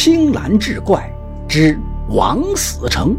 青蓝志怪之枉死城。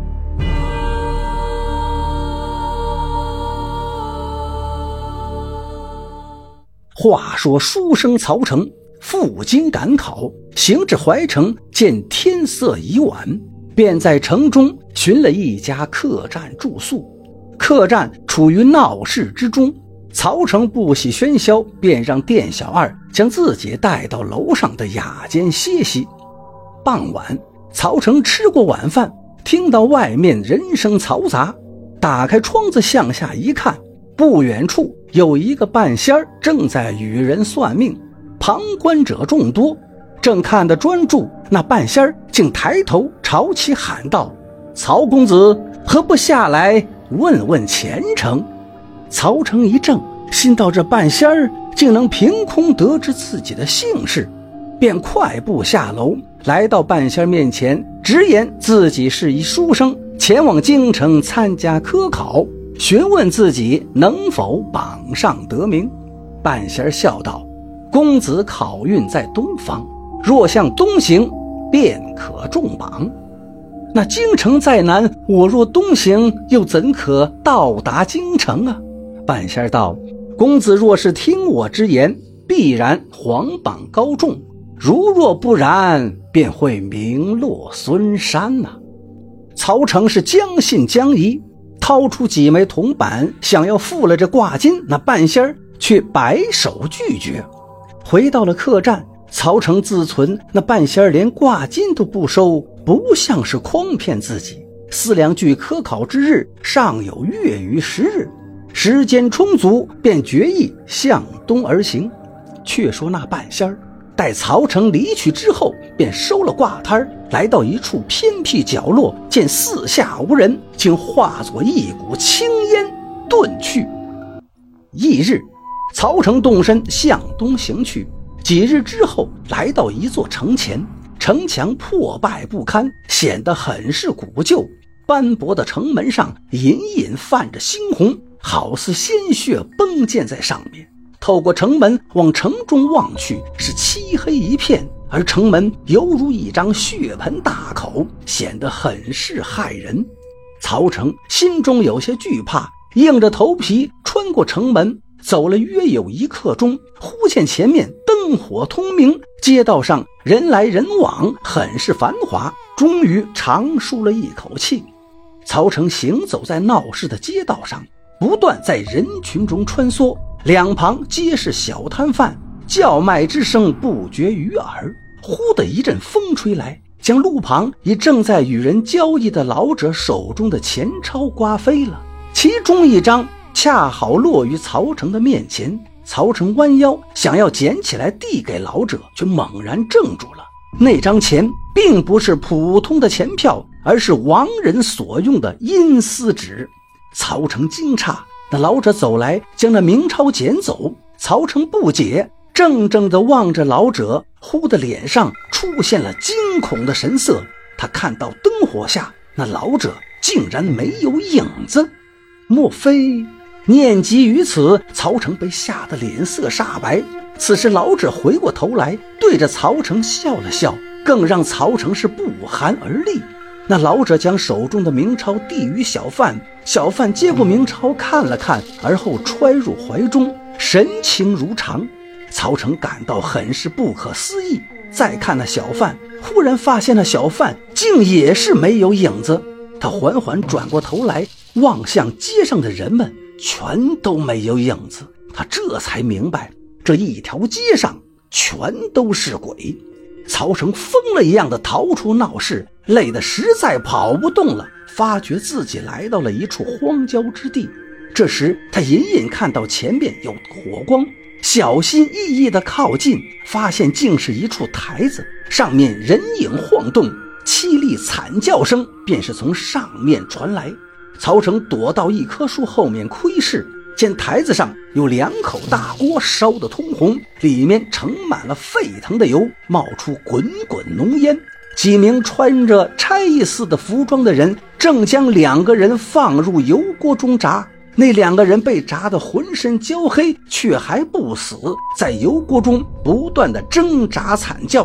话说书生曹成赴京赶考，行至怀城，见天色已晚，便在城中寻了一家客栈住宿。客栈处于闹市之中，曹成不喜喧嚣，便让店小二将自己带到楼上的雅间歇息。傍晚，曹成吃过晚饭，听到外面人声嘈杂，打开窗子向下一看，不远处有一个半仙儿正在与人算命，旁观者众多。正看得专注，那半仙儿竟抬头朝其喊道：“曹公子，何不下来问问前程？”曹成一怔，心道这半仙儿竟能凭空得知自己的姓氏，便快步下楼，来到半仙儿面前，直言自己是一书生，前往京城参加科考，询问自己能否榜上得名。半仙儿笑道：“公子考运在东方，若向东行，便可中榜。那京城再难，我若东行，又怎可到达京城啊？”半仙儿道：“公子若是听我之言，必然皇榜高中，如若不然，便会名落孙山啊。”曹成是将信将疑，掏出几枚铜板想要付了这挂金，那半仙儿却摆手拒绝。回到了客栈，曹成自存那半仙儿连挂金都不收，不像是诓骗自己。思量距科考之日尚有月余10日，时间充足，便决意向东而行。却说那半仙儿待曹成离去之后，便收了挂摊，来到一处偏僻角落，见四下无人，竟化作一股青烟遁去。翌日，曹成动身向东行去。几日之后，来到一座城前，城墙破败不堪，显得很是古旧。斑驳的城门上隐隐泛着猩红，好似鲜血崩溅在上面。透过城门往城中望去，是漆黑一片，而城门犹如一张血盆大口，显得很是骇人。曹成心中有些惧怕，硬着头皮穿过城门，走了约有1刻钟，忽见前面灯火通明，街道上人来人往，很是繁华，终于长舒了一口气。曹成行走在闹市的街道上，不断在人群中穿梭，两旁皆是小摊贩，叫卖之声不绝于耳。忽的一阵风吹来，将路旁已正在与人交易的老者手中的钱钞刮飞了，其中一张恰好落于曹成的面前。曹成弯腰想要捡起来递给老者，却猛然怔住了。那张钱并不是普通的钱票，而是亡人所用的阴司纸。曹成惊诧，那老者走来将那明钞捡走。曹成不解，怔怔地望着老者，忽的脸上出现了惊恐的神色。他看到灯火下那老者竟然没有影子，莫非……念及于此，曹成被吓得脸色煞白。此时老者回过头来，对着曹成笑了笑，更让曹成是不寒而栗。那老者将手中的明钞递于小贩，小贩接过明钞看了看，而后揣入怀中，神情如常。曹成感到很是不可思议，再看那小贩，忽然发现那小贩竟也是没有影子。他缓缓转过头来，望向街上的人们，全都没有影子。他这才明白，这一条街上全都是鬼。曹成疯了一样的逃出闹市，累得实在跑不动了，发觉自己来到了一处荒郊之地。这时他隐隐看到前面有火光，小心翼翼地靠近，发现竟是一处台子，上面人影晃动，凄厉惨叫声便是从上面传来。曹成躲到一棵树后面窥视，见台子上有2口大锅烧得通红，里面盛满了沸腾的油，冒出滚滚浓烟。几名穿着差役似的服装的人正将2个人放入油锅中炸。那2个人被炸得浑身焦黑，却还不死，在油锅中不断的挣扎惨叫。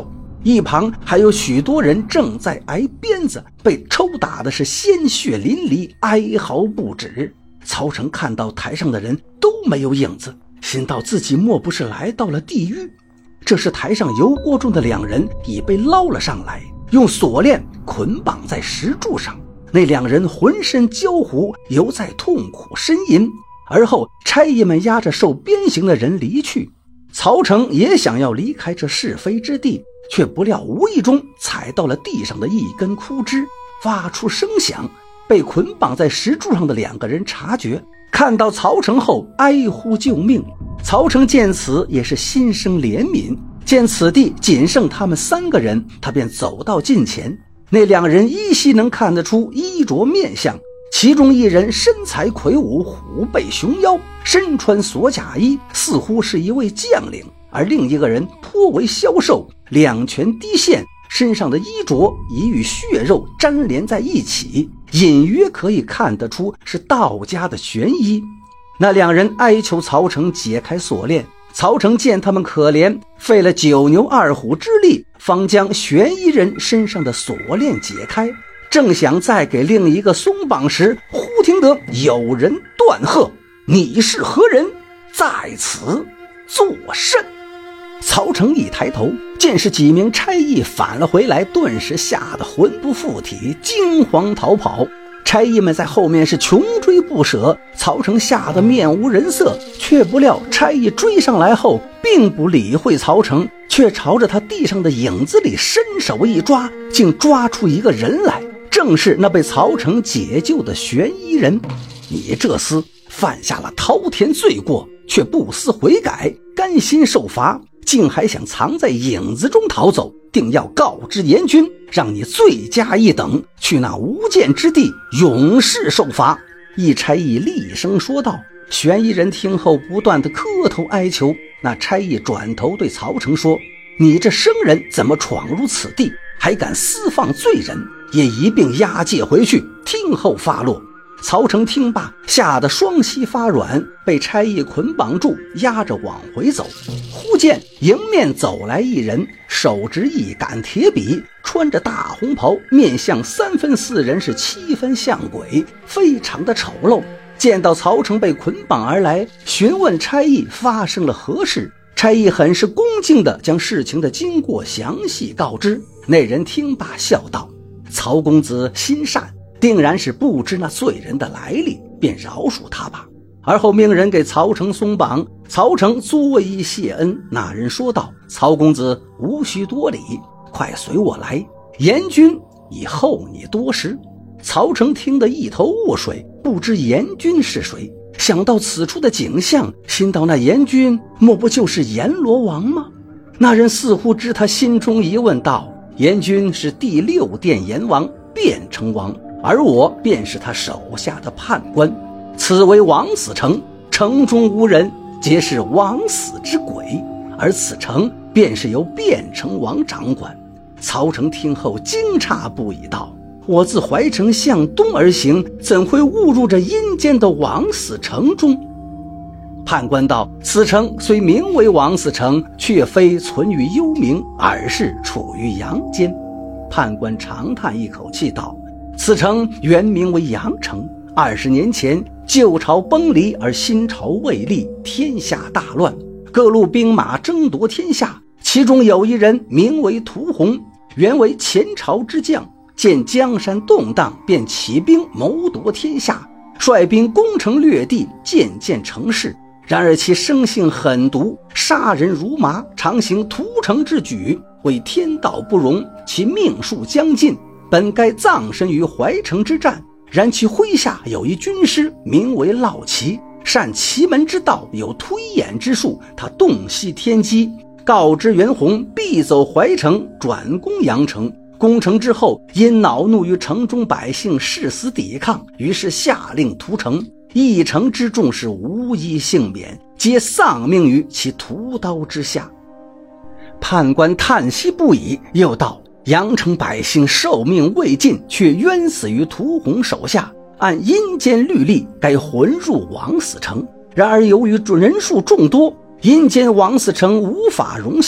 一旁还有许多人正在挨鞭子，被抽打的是鲜血淋漓，哀嚎不止。曹成看到台上的人都没有影子，心道自己莫不是来到了地狱。这时台上油锅中的两人已被捞了上来，用锁链捆绑在石柱上。那两人浑身焦糊，犹在痛苦呻吟。而后差役们押着受鞭刑的人离去。曹成也想要离开这是非之地，却不料无意中踩到了地上的一根枯枝，发出声响。被捆绑在石柱上的两个人察觉，看到曹成后哀呼救命。曹成见此也是心生怜悯，见此地仅剩他们3个人，他便走到近前。那两人依稀能看得出衣着面相，其中一人身材魁梧，虎背熊腰，身穿锁甲衣，似乎是一位将领；而另一个人颇为消瘦，两拳低陷，身上的衣着已与血肉粘连在一起，隐约可以看得出是道家的玄衣。那两人哀求曹成解开锁链，曹成见他们可怜，费了9牛2虎之力，方将玄衣人身上的锁链解开。正想再给另一个松绑时，忽听得有人断喝：“你是何人？在此作甚？”曹成一抬头，见是几名差役返了回来，顿时吓得魂不附体，惊慌逃跑。差役们在后面是穷追不舍，曹成吓得面无人色，却不料差役追上来后并不理会曹成，却朝着他地上的影子里伸手一抓，竟抓出一个人来，正是那被曹成解救的玄衣人。你这厮犯下了滔天罪过，却不思悔改，甘心受罚，竟还想藏在影子中逃走，定要告知阎君，让你罪加一等，去那无间之地永世受罚。一差役厉声说道。玄衣人听后不断地磕头哀求。那差役转头对曹成说：“你这生人怎么闯入此地，还敢私放罪人？也一并押解回去，听候发落。”曹成听罢，吓得双膝发软，被差役捆绑住，压着往回走。忽见迎面走来一人，手执一杆铁笔，穿着大红袍，面相3分4人，是7分像鬼，非常的丑陋。见到曹成被捆绑而来，询问差役发生了何事。差役很是恭敬地将事情的经过详细告知。那人听罢笑道：“曹公子心善，定然是不知那罪人的来历，便饶恕他吧。”而后命人给曹成松绑。曹成作揖谢恩。那人说道：“曹公子无需多礼，快随我来，阎君已候你多时。”曹成听得一头雾水，不知阎君是谁。想到此处的景象，心道那阎君莫不就是阎罗王吗？那人似乎知他心中疑问，道：“阎君是第6殿阎王卞城王，而我便是他手下的判官。此为枉死城，城中无人，皆是枉死之鬼，而此城便是由卞城王掌管。”曹成听后惊诧不已，道：“我自怀城向东而行，怎会误入这阴间的枉死城中？”判官道：“此城虽名为枉死城，却非存于幽冥，而是处于阳间。”判官长叹一口气道：“此城原名为阳城，20年前旧朝崩离，而新朝未立，天下大乱，各路兵马争夺天下。其中有一人名为屠洪，原为前朝之将，见江山动荡，便起兵谋夺天下，率兵攻城略地，渐渐成势。然而其生性狠毒，杀人如麻，常行屠城之举，为天道不容，其命数将尽，本该葬身于怀城之战。然其麾下有一军师，名为嫪骑，善奇门之道，有推演之术。他洞悉天机，告知袁弘必走怀城，转攻阳城。攻城之后，因恼怒于城中百姓誓死抵抗，于是下令屠城。一城之众是无一幸免，皆丧命于其屠刀之下。判官叹息不已，又道：“阳城百姓寿命未尽，却冤死于屠洪手下，按阴间律例，该魂入枉死城。然而由于人数众多，阴间枉死城无法容下，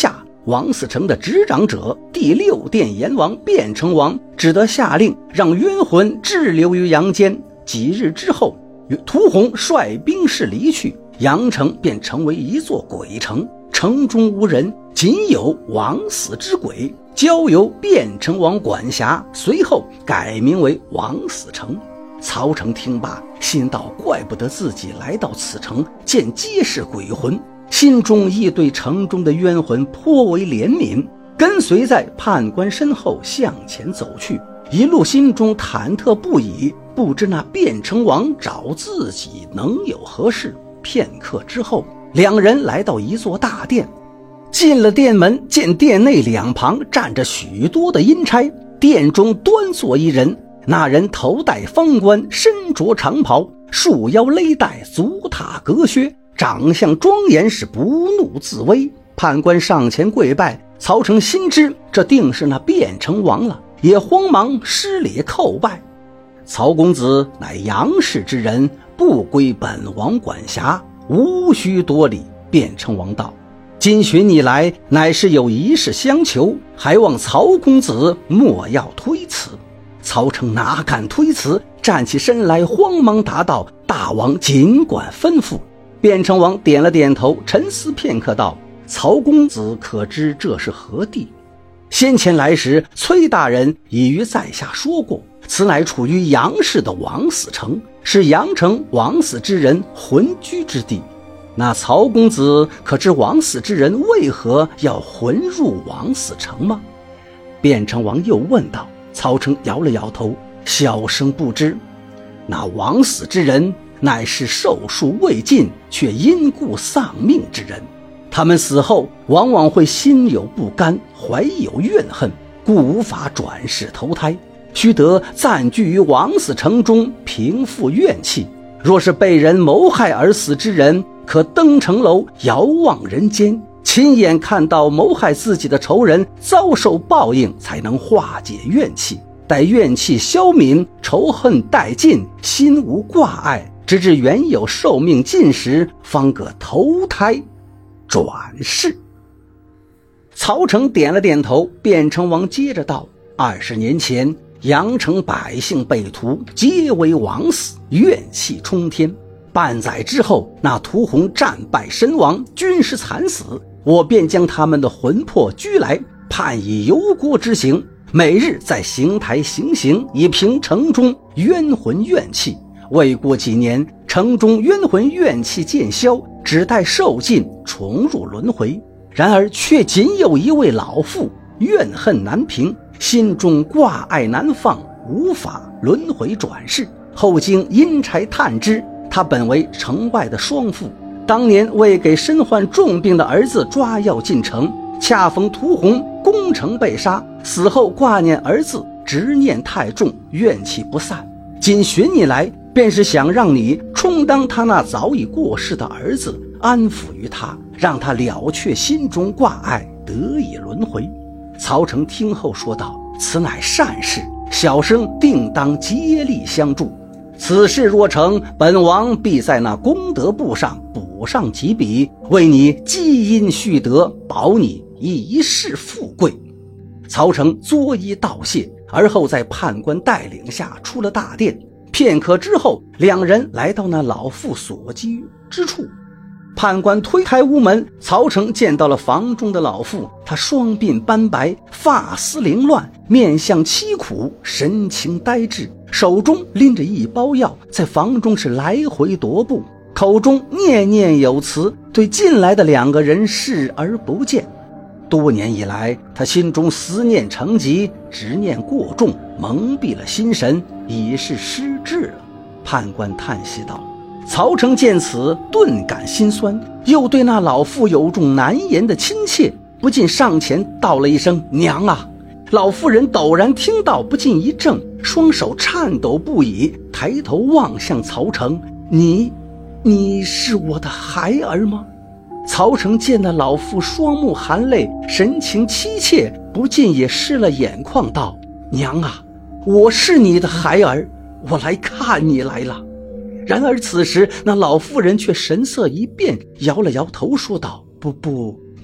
王嗣成的执掌者第6殿阎王卞城王只得下令让冤魂滞留于阳间。几日之后，屠洪率兵士离去，阳城便成为一座鬼城，城中无人，仅有枉死之鬼，交由卞城王管辖，随后改名为枉死城。曹成听罢，心道怪不得自己来到此城，见皆是鬼魂，心中亦对城中的冤魂颇为怜悯，跟随在判官身后向前走去，一路心中忐忑不已，不知那卞城王找自己能有何事。片刻之后，两人来到一座大殿，进了殿门，见殿内两旁站着许多的阴差，殿中端坐一人，那人头戴方冠，身着长袍，束腰勒带，足踏革靴，长相庄严，是不怒自威。判官上前跪拜，曹成心知这定是那卞城王了，也慌忙施礼叩拜。曹公子乃杨氏之人，不归本王管辖，无需多礼。卞城王道：今寻你来，乃是有一事相求，还望曹公子莫要推辞。曹成哪敢推辞，站起身来，慌忙答道：大王尽管吩咐。卞城王点了点头，沉思片刻道：曹公子可知这是何地？先前来时，崔大人已与在下说过，此乃处于杨氏的枉死城，是杨城枉死之人魂居之地。那曹公子可知枉死之人为何要魂入枉死城吗？卞城王又问道。曹成摇了摇头，小声不知。那枉死之人乃是寿数未尽却因故丧命之人，他们死后往往会心有不甘，怀有怨恨，故无法转世投胎，须得暂居于枉死城中平复怨气。若是被人谋害而死之人，可登城楼遥望人间，亲眼看到谋害自己的仇人遭受报应，才能化解怨气。待怨气消泯，仇恨殆尽，心无挂碍，直至原有寿命尽时，方可投胎转世。曹成点了点头。卞城王接着道：20年前，阳城百姓被屠，皆为枉死，怨气冲天。半载之后，那屠洪战败身亡，军师惨死，我便将他们的魂魄拘来，判以油锅之刑，每日在刑台行刑，以平城中冤魂怨气。未过几年，城中冤魂怨气渐消，只待寿尽，重入轮回。然而却仅有一位老妇，怨恨难平，心中挂碍难放，无法轮回转世。后经阴差探知，她本为城外的双妇，当年为给身患重病的儿子抓药进城，恰逢屠洪攻城被杀，死后挂念儿子，执念太重，怨气不散。今寻你来，便是想让你充当他那早已过世的儿子，安抚于他，让他了却心中挂碍，得以轮回。曹成听后说道：此乃善事，小生定当竭力相助。此事若成，本王必在那功德簿上补上几笔，为你积阴蓄德，保你一世富贵。曹成作揖道谢，而后在判官带领下出了大殿。片刻之后，两人来到那老妇所居之处。判官推开屋门，曹成见到了房中的老妇，她双鬓斑白，发丝凌乱，面相凄苦，神情呆滞，手中拎着一包药，在房中是来回踱步，口中念念有词，对近来的两个人视而不见。多年以来，他心中思念成疾，执念过重，蒙蔽了心神，已是失智了。判官叹息道。曹成见此，顿感心酸，又对那老妇有种难言的亲切，不禁上前道了一声娘啊。老妇人陡然听到，不禁一怔，双手颤抖不已，抬头望向曹成：你是我的孩儿吗？曹成见那老妇双目含泪，神情凄切，不禁也湿了眼眶，道：娘啊，我是你的孩儿，我来看你来了。然而此时那老妇人却神色一变，摇了摇头说道：不，你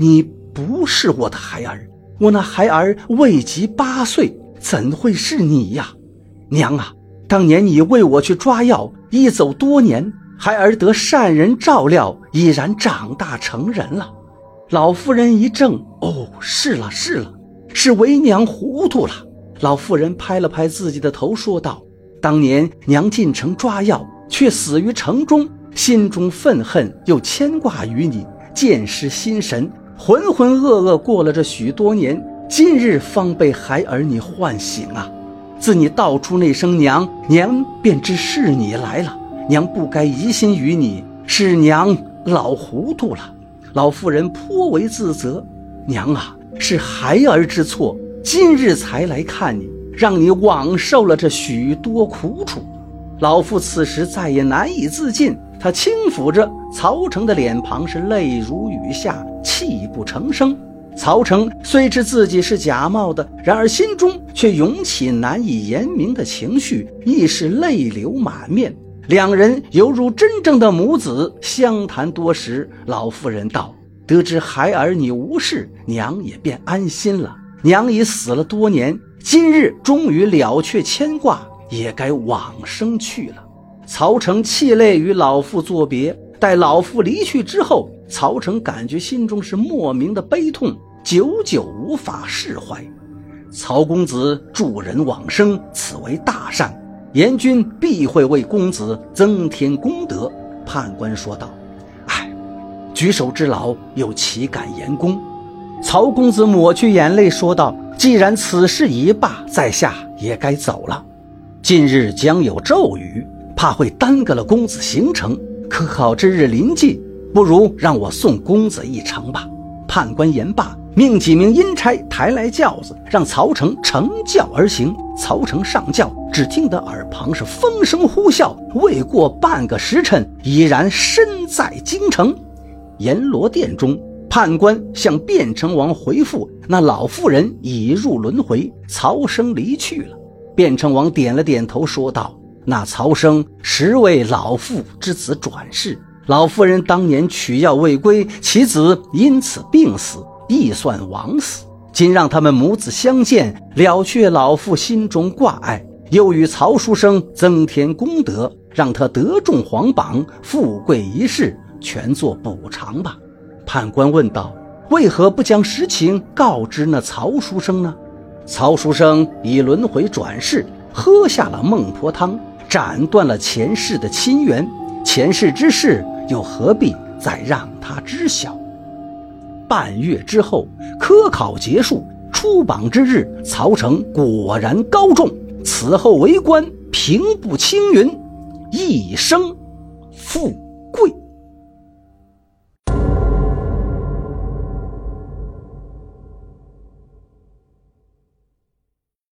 不是我的孩儿，我那孩儿未及8岁，怎会是你呀？娘啊，当年你为我去抓药，一走多年，孩儿得善人照料，已然长大成人了。老妇人一怔，哦，是了，是为娘糊涂了。老妇人拍了拍自己的头说道，当年娘进城抓药，却死于城中，心中愤恨又牵挂于你，渐失心神，浑浑噩噩过了这许多年，今日方被孩儿你唤醒啊。自你道出那声娘，娘便知是你来了，娘不该疑心于你，是娘老糊涂了。老妇人颇为自责，娘啊，是孩儿之错，今日才来看你，让你枉受了这许多苦楚。老妇此时再也难以自禁，她轻抚着曹成的脸庞，是泪如雨下，泣不成声。曹成虽知自己是假冒的，然而心中却涌起难以言明的情绪，亦是泪流满面。两人犹如真正的母子，相谈多时。老妇人道，得知孩儿你无事，娘也便安心了。娘已死了多年，今日终于了却牵挂，也该往生去了。曹成泣泪与老妇作别，待老妇离去之后，曹成感觉心中是莫名的悲痛，久久无法释怀。曹公子助人往生，此为大善，阎君必会为公子增添功德。判官说道，举手之劳，又岂敢言功？曹公子抹去眼泪说道，既然此事已罢，在下也该走了。近日将有骤雨，怕会耽搁了公子行程，可考之日临近，不如让我送公子一程吧。判官言罢，命几名阴差抬来轿子，让曹成乘轿而行。曹成上轿，只听得耳旁是风声呼啸，未过半个时辰，已然身在京城。阎罗殿中，判官向卞城王回复，那老妇人已入轮回，曹生离去了。卞城王点了点头说道，那曹生实为老妇之子转世，老妇人当年取药未归，其子因此病死，亦算枉死。今让他们母子相见，了却老妇心中挂碍，又与曹书生增添功德，让他得中皇榜，富贵一世，全作补偿吧。判官问道，为何不将实情告知那曹书生呢？曹书生已轮回转世，喝下了孟婆汤，斩断了前世的亲缘，前世之事又何必再让他知晓。半月之后，科考结束，出榜之日，曹成果然高中，此后为官平步青云，一生富